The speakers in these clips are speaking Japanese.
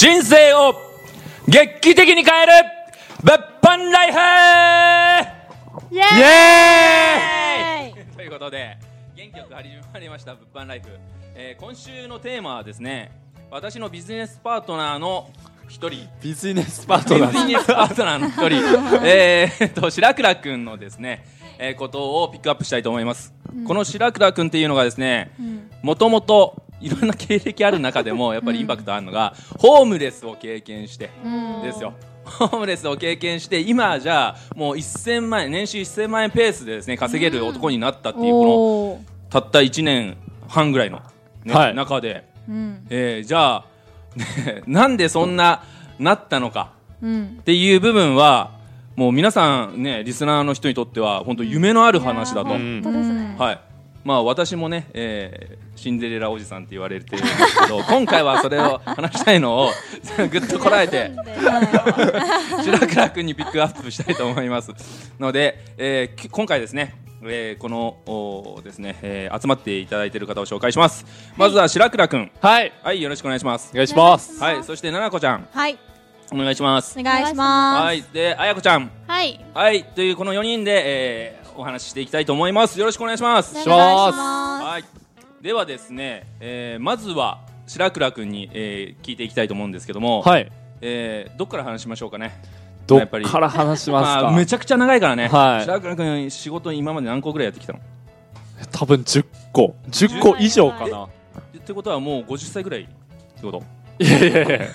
人生を劇的に変える物販ライフイエーイということで元気よく始まりました物販ライフ、今週のテーマはですね、私のビジネスパートナーの一人ビジネスパートナーの一人白倉くんのですね、ことをピックアップしたいと思います、この白倉くんっていうのがですね、もともといろんな経歴ある中でもやっぱりインパクトあるのが、ホームレスを経験してですよ。ホームレスを経験して今じゃあもう1000万円年収1000万円ペースでですね稼げる男になったっていう、このたった1年半ぐらいの、ね、はい、中で、じゃあ、ね、なんでそんななったのかっていう部分はもう皆さんね、リスナーの人にとっては本当夢のある話だと。 本当ですね。 はい、まあ私もね、シンデレラおじさんって言われてるんですけど今回はそれを話したいのをぐっとこらえて白倉君にピックアップしたいと思いますので、今回ですね、このですね、集まっていただいている方を紹介します。まずは白倉君、 はい、 はい、よろしくお願いします。 お願いします。 はい、そしてななこちゃん、 はい、 お願いします。 お願いします。 はい、であやこちゃん、 はい、 はい、というこの4人で、お話ししていきたいと思います。よろしくお願いします。 お願いします。 はい、ではですね、まずは白倉君に、聞いていきたいと思うんですけども、 はい、 どっから話しましょうかね。 どっから話しますか。 めちゃくちゃ長いからね、 はい、 白倉君仕事今まで何個ぐらいやってきたの？ 多分10個以上かな。 ってことはもう50歳ぐらいってこと？ いやいやいや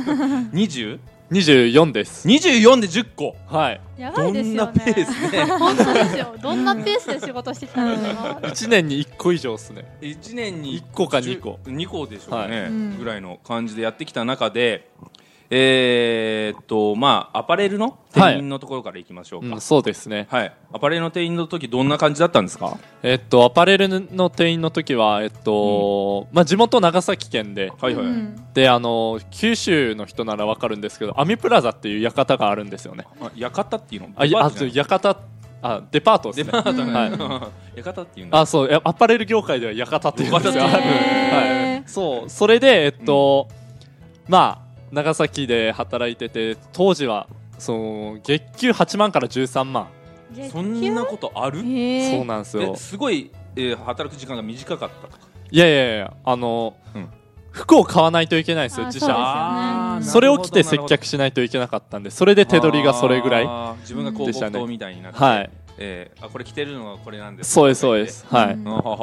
24です。 24で10個。 はい。 やばいですよね。 どんなペースね。 本当ですよ。どんなペースで仕事してきたんですか。 1年に1個以上ですね。 1年に 1個か2個。 2個でしょうね、 はい、 ぐらいの感じでやってきた中で、まあアパレルの店員のところからいきましょうか。 はい、そうですね。 はい。アパレルの店員の時どんな感じだったんですか？ アパレルの店員の時はまあ地元長崎県で、 はいはい、 で九州の人ならわかるんですけど、アミプラザっていう館があるんですよね。 館っていうの？ デパートですね。 デパートね。 はい、 館っていうんだ。 そう、アパレル業界では館っていうんですよ。はい。そう、それでまあ長崎で働いてて、当時は月給8万から13万。 そんなことある？ そうなんですよ。 すごい、働く時間が短かったとか。 いやいや服を買わないといけないんですよ、自社。それを着て接客しないといけなかったんで、それで手取りがそれぐらい。 自分が広告塔みたいになって、 はい、 これ着てるのはこれなんです。 そうですそうです。はい。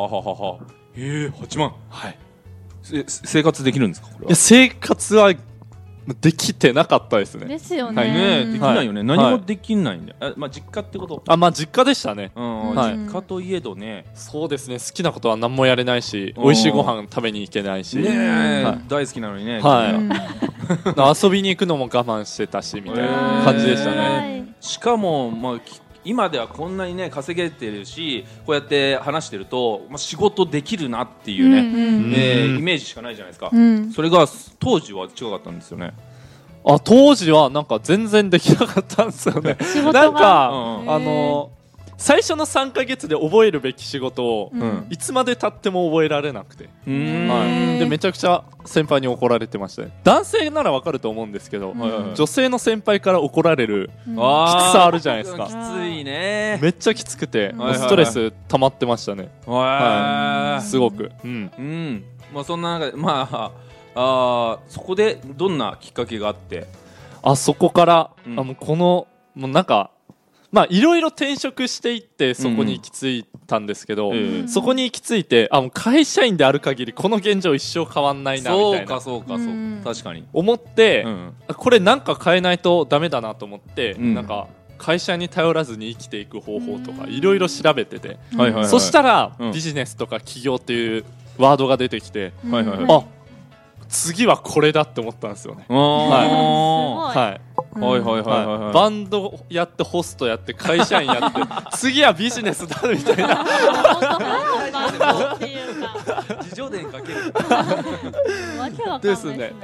8万。 はい。 生活できるんですか？これは。 いや、生活はできてなかったですね。 ですよね。 はい、ね、できないよね。何もできないんだよ。まあ実家ってこと？ まあ実家でしたね。 実家といえどね。 そうですね。好きなことは何もやれないし、美味しいご飯食べに行けないし。 大好きなのにね。 はい。遊びに行くのも我慢してたしみたいな感じでしたね。 しかもまあ今ではこんなにね稼げてるし、こうやって話してると、仕事できるなっていうね、イメージしかないじゃないですか。それが当時は違かったんですよね。 当時はなんか全然できなかったんですよね。なんか最初の3ヶ月で覚えるべき仕事を、いつまで経っても覚えられなくて、でめちゃくちゃ先輩に怒られてましたね。男性ならわかると思うんですけど、女性の先輩から怒られるきつさあるじゃないですか。 きついね。 めっちゃきつくて、ストレス溜まってましたね。すごく。 まあそんな中でそこでどんなきっかけがあって、 そこからもうなんか。いろいろ転職していってそこに行き着いたんですけど、そこに行き着いてもう会社員である限りこの現状一生変わんないなみたいな。 そう確かに思って、これなんか変えないとダメだなと思って、なんか会社に頼らずに生きていく方法とかいろいろ調べてて、そしたら、ビジネスとか起業っていうワードが出てきて、次はこれだって思ったんですよね。バンドやってホストやって会社員やって次はビジネスだみたいな。 自叙伝かけるですね。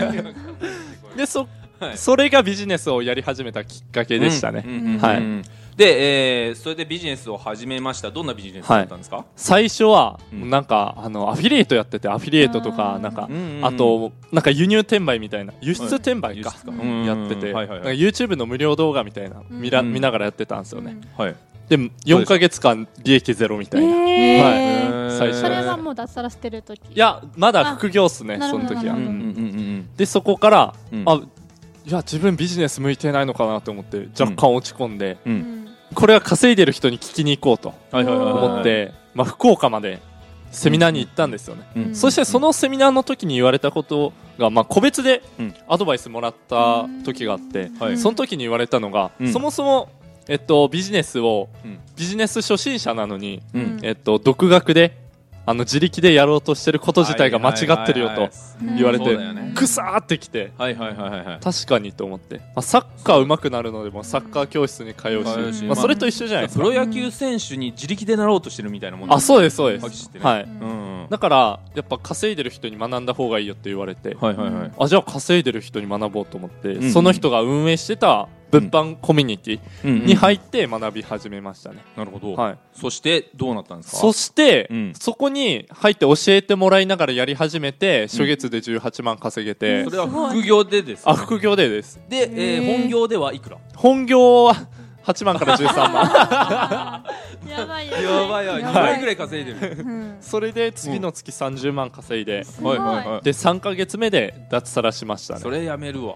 でそれがビジネスをやり始めたきっかけでしたね。 で、それでビジネスを始めました。どんなビジネスだったんですか？ 最初はなんかアフィリエイトやってて、アフィリエイトとかなんかあとなんか輸入転売みたいな、輸出転売かやってて、なんか YouTube の無料動画みたいな見ながらやってたんですよね。で4ヶ月間利益ゼロみたいな。 最初それはもう脱サラしてる時？ いやまだ副業っすね、その時は。でそこからいや自分ビジネス向いてないのかなと思って若干落ち込んで、これは稼いでる人に聞きに行こうと思って、福岡までセミナーに行ったんですよね。そしてそのセミナーの時に言われたことが、個別でアドバイスもらった時があって、その時に言われたのが、そもそもビジネス初心者なのに、独学で自力でやろうとしてること自体が間違ってるよと言われて、ぐさーってきて、確かにと思って、サッカー上手くなるのでもサッカー教室に通うし、それと一緒じゃないですか。 プロ野球選手に自力でなろうとしてるみたいなもん。 そうですそうです。だからやっぱ稼いでる人に学んだ方がいいよって言われて、じゃあ稼いでる人に学ぼうと思って、その人が運営してた物販コミュニティに入って学び始めましたね。 なるほど。そしてどうなったんですか？ そして、そこに入って教えてもらいながらやり始めて、初月で18万稼げて。 それは副業でですか？ 副業でです。 で、本業ではいくら？ 本業は8万から13万。 やばい 2倍ぐらい稼いでる。 それで次の月30万稼いで、で3ヶ月目で脱サラしましたね。 それやめるわ。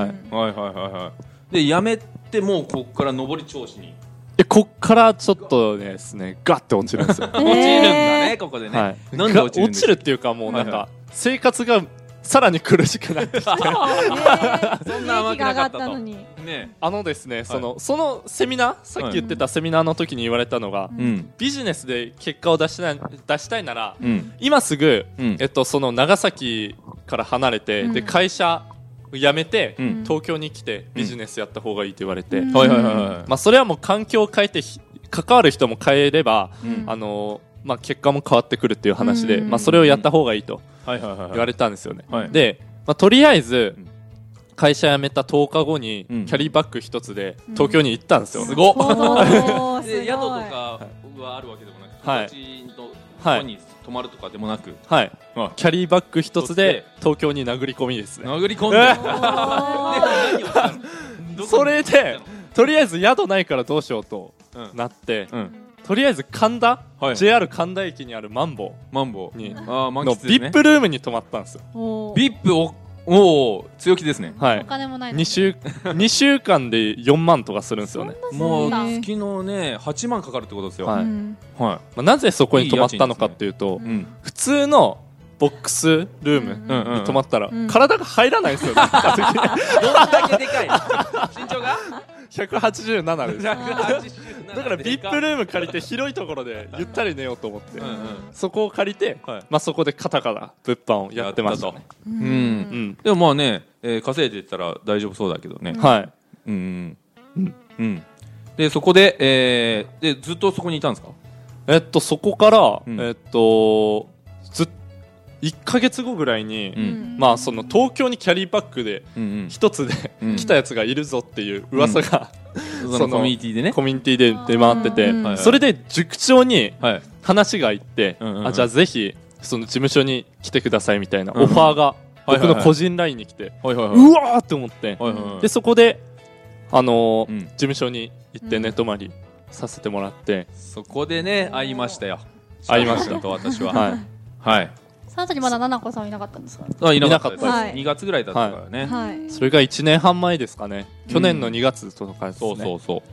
でやめてもうこっから上り調子に。 こっからちょっとですねガッて落ちるんですよ。 落ちるんだねここでね。 なんで落ちるんですか？落ちるっていうかもうなんか生活がさらに苦しくなってきて、 そんな甘くなかったと。 ですね、そのセミナー、さっき言ってたセミナーの時に言われたのが、ビジネスで結果を出したいなら、今すぐその長崎から離れて、で会社辞めて東京に来てビジネスやった方がいいと言われて、それはもう環境を変えて関わる人も変えれば、結果も変わってくるっていう話で、それをやった方がいいと言われたんですよね。で、とりあえず会社辞めた10日後にキャリーバッグ一つで東京に行ったんですよ。 すごっ。で宿とかはあるわけでもなく、土地のとこに泊まるとかでもなく、 キャリーバッグ一つで東京に殴り込みですね。 殴り込んで。 それでとりあえず宿ないからどうしようとなって、とりあえず神田、JR 神田駅にあるマンボにの VIP ルームに泊まったんですよ。 VIP お強気ですね。 お金もないのに 2週間で4万とかするんですよね。 もう月のね8万かかるってことですよ。 なぜそこに泊まったのかっていうと、普通のボックスルームに泊まったら体が入らないんですよね。どんだけでかい身長が 187です。だから VIP ルーム借りて広いところでゆったり寝ようと思って、そこを借りて、そこでカタカタ物販をやってましたね。 でも稼いでたら大丈夫そうだけどね。でそこでずっとそこにいたんですか？ そこから1ヶ月後ぐらいに、その東京にキャリーバッグで一つで来たやつがいるぞっていう噂が、 そのコミュニティでね、 コミュニティで出回ってて、それで塾長に話がいって、じゃあぜひその事務所に来てくださいみたいなオファーが僕の個人 LINE に来て、うわーって思って、でそこで事務所に行って寝泊まりさせてもらって、 そこでね会いましたよ。 会いましたと私は。はい。 その時まだ奈々子さんはいなかったんですか？ いなかったです。2月ぐらいだったからね。 それが1年半前ですかね。去年の2月とかですね。 そう。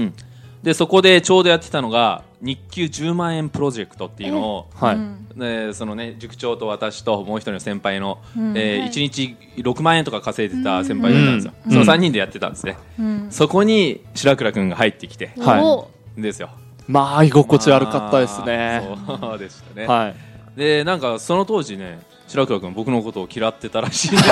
でそこでちょうどやってたのが日給10万円プロジェクトっていうのを、そのね塾長と私ともう一人の先輩の1日6万円とか稼いでた先輩がいたんですよ。その3人でやってたんですね。そこに白倉くんが入ってきてですよ。 居心地悪かったですね。 そうでしたね。でなんかその当時ね白倉君僕のことを嫌ってたらしい。い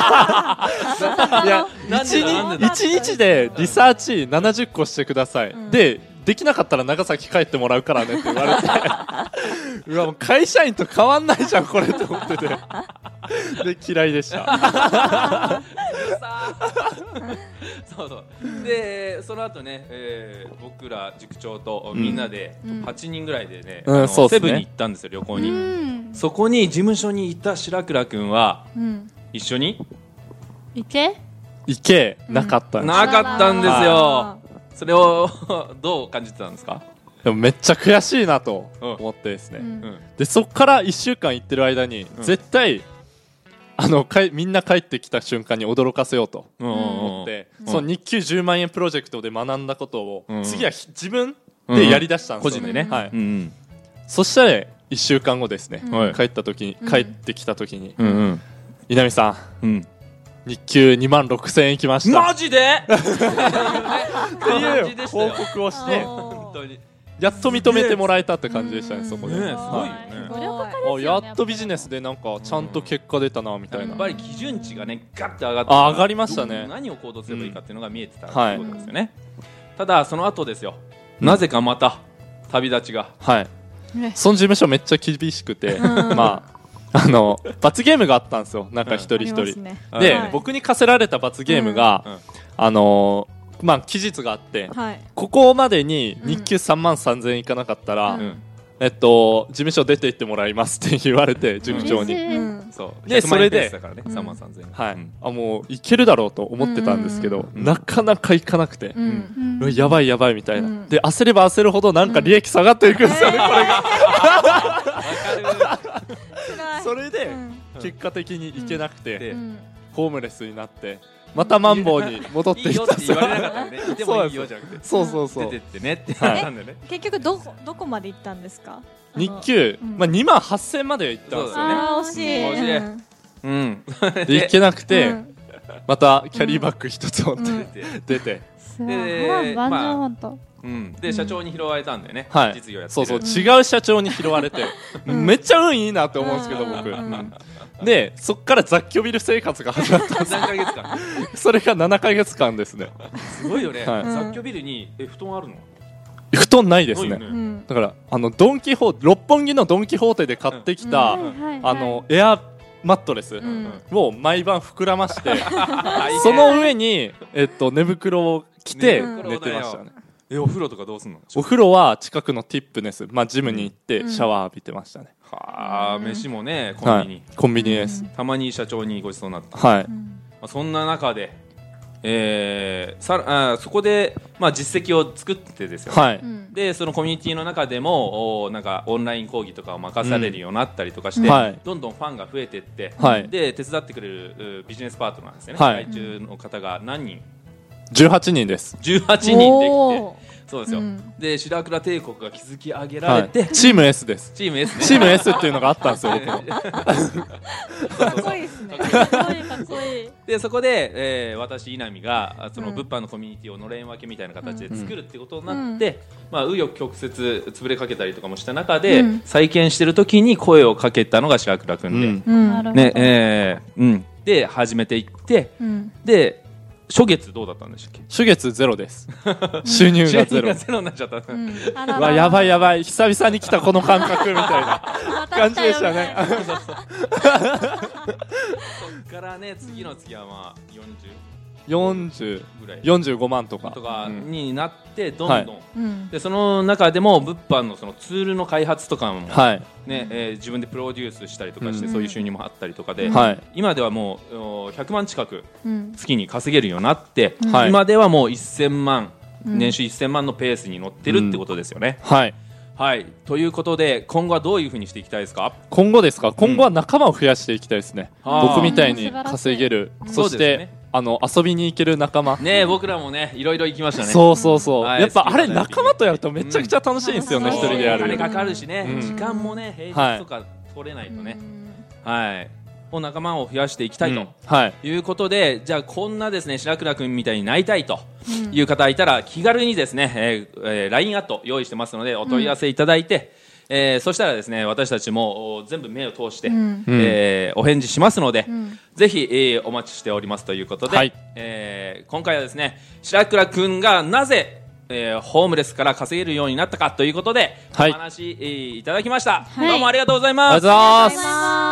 や1日でリサーチ70個してください、できなかったら長崎帰ってもらうからねって言われてうわもう会社員と変わんないじゃんこれと思っててで嫌いでした。 そうそうでその後ね、僕ら塾長とみんなで8人ぐらいでね、セブンに行ったんですよ、旅行に。そこに事務所にいた白倉くんは、一緒に行けなかったんです。 なかったんですよ。それをどう感じてたんですか？ でもめっちゃ悔しいなと思ってですね、でそっから1週間行ってる間に、絶対みんな帰ってきた瞬間に驚かせようと思って、その日給10万円プロジェクトで学んだことを、次は自分でやりだしたんですよ、 個人でね。 はい。そしたら1週間後ですね、帰ってきた時に、稲見さん、日給2万6千円いきました。 マジで？っていう報告をして、やっと認めてもらえたって感じでしたね、そこで。 すごいよね。 やっとビジネスでなんかちゃんと結果出たなみたいな。 やっぱり基準値がねガッて上がって、 上がりましたね。 何を行動すればいいかっていうのが見えてたということですよね。ただその後ですよ、なぜかまた旅立ちが。 はい。その事務所めっちゃ厳しくて、まあ罰ゲームがあったんですよ。なんか一人一人で、僕に課せられた罰ゲームがまあ期日があって、ここまでに日給3万3000円いかなかったら、事務所出て行ってもらいますって言われて、塾長に。でそれで 3万3000円、 はい、もういけるだろうと思ってたんですけど、なかなかいかなくて、やばいやばいみたいな、で焦れば焦るほどなんか利益下がっていくんですよね、これが。それで結果的にいけなくて、ホームレスになってまたマンボウに戻っていったんですよ。 言われなかったね。いてもいいよじゃなくて、 そうそうそう、 出てってねって言ったんだよね。 結局どこまで行ったんですか？ 日給2万8000まで行ったんですよね。 惜しい。 惜しい。 で行けなくて、またキャリーバッグ一つ持って出て、 で社長に拾われたんだよね。実業やってる。 そうそう、違う社長に拾われて、めっちゃ運いいなって思うんですけど僕。でそっから雑居ビル生活が始まったんです。 何ヶ月間？ それが7ヶ月間ですね。 すごいよね。雑居ビルに布団あるの？ 布団ないですね。だからドンキホーテ、六本木のドンキホーテで買ってきたエアマットレスを毎晩膨らましてその上に寝袋を着て寝てましたね。 お風呂とかどうすんの？ お風呂は近くのティップネス、ジムに行ってシャワー浴びてましたね。 はあ、飯もねコンビニ。 コンビニです。 たまに社長にごちそうになった。 はい。 そんな中でそこで実績を作ってですよね。 はい。 でそのコミュニティの中でもなんかオンライン講義とかを任されるようになったりとかして、どんどんファンが増えていって、で手伝ってくれるビジネスパートナーですよね。外注の方が何人 ？18人です。 18人できて、そうですよ。で白倉帝国が築き上げられて、 チーム S です。 チーム S ね。 チーム S っていうのがあったんですよ。 かっこいいですね。かっこいい。 でそこで私稲見がその物販のコミュニティをのれん分けみたいな形で作るってことになって、紆余曲折潰れかけたりとかもした中で再建してる時に声をかけたのが白倉君で、で始めていって、で初月どうだったんでしたっけ？ 初月ゼロです。収入がゼロ。 ゼロになっちゃった。 やばいやばい、久々に来たこの感覚みたいな感じでしたね。 そっからね、次の月は 45万とかになってどんどん、でその中でも物販のそのツールの開発とかもね、自分でプロデュースしたりとかしてそういう収入もあったりとかで、今ではもう100万近く月に稼げるようになって、今ではもう1000万、年収1000万のペースに乗ってるってことですよね。はい、ということで今後はどういうふうにしていきたいですか？ 今後ですか？今後は仲間を増やしていきたいですね。僕みたいに稼げる、そして遊びに行ける仲間ね。僕らもねいろいろ行きましたね。 そうそうそう、やっぱあれ仲間とやるとめちゃくちゃ楽しいんですよね。一人でやる。 お金かかるしね、時間もね平日とか取れないとね。はい、仲間を増やしていきたいということで、じゃあこんなですね白倉君みたいになりたいという方いたら気軽にですね、LINE アット用意してますのでお問い合わせいただいて、そしたらですね私たちも全部目を通して、お返事しますので、ぜひ、お待ちしておりますということで、今回はですね白倉君がなぜホームレスから稼げるようになったかということでお話、いただきました。どうもありがとうございます。 ありがとうございます。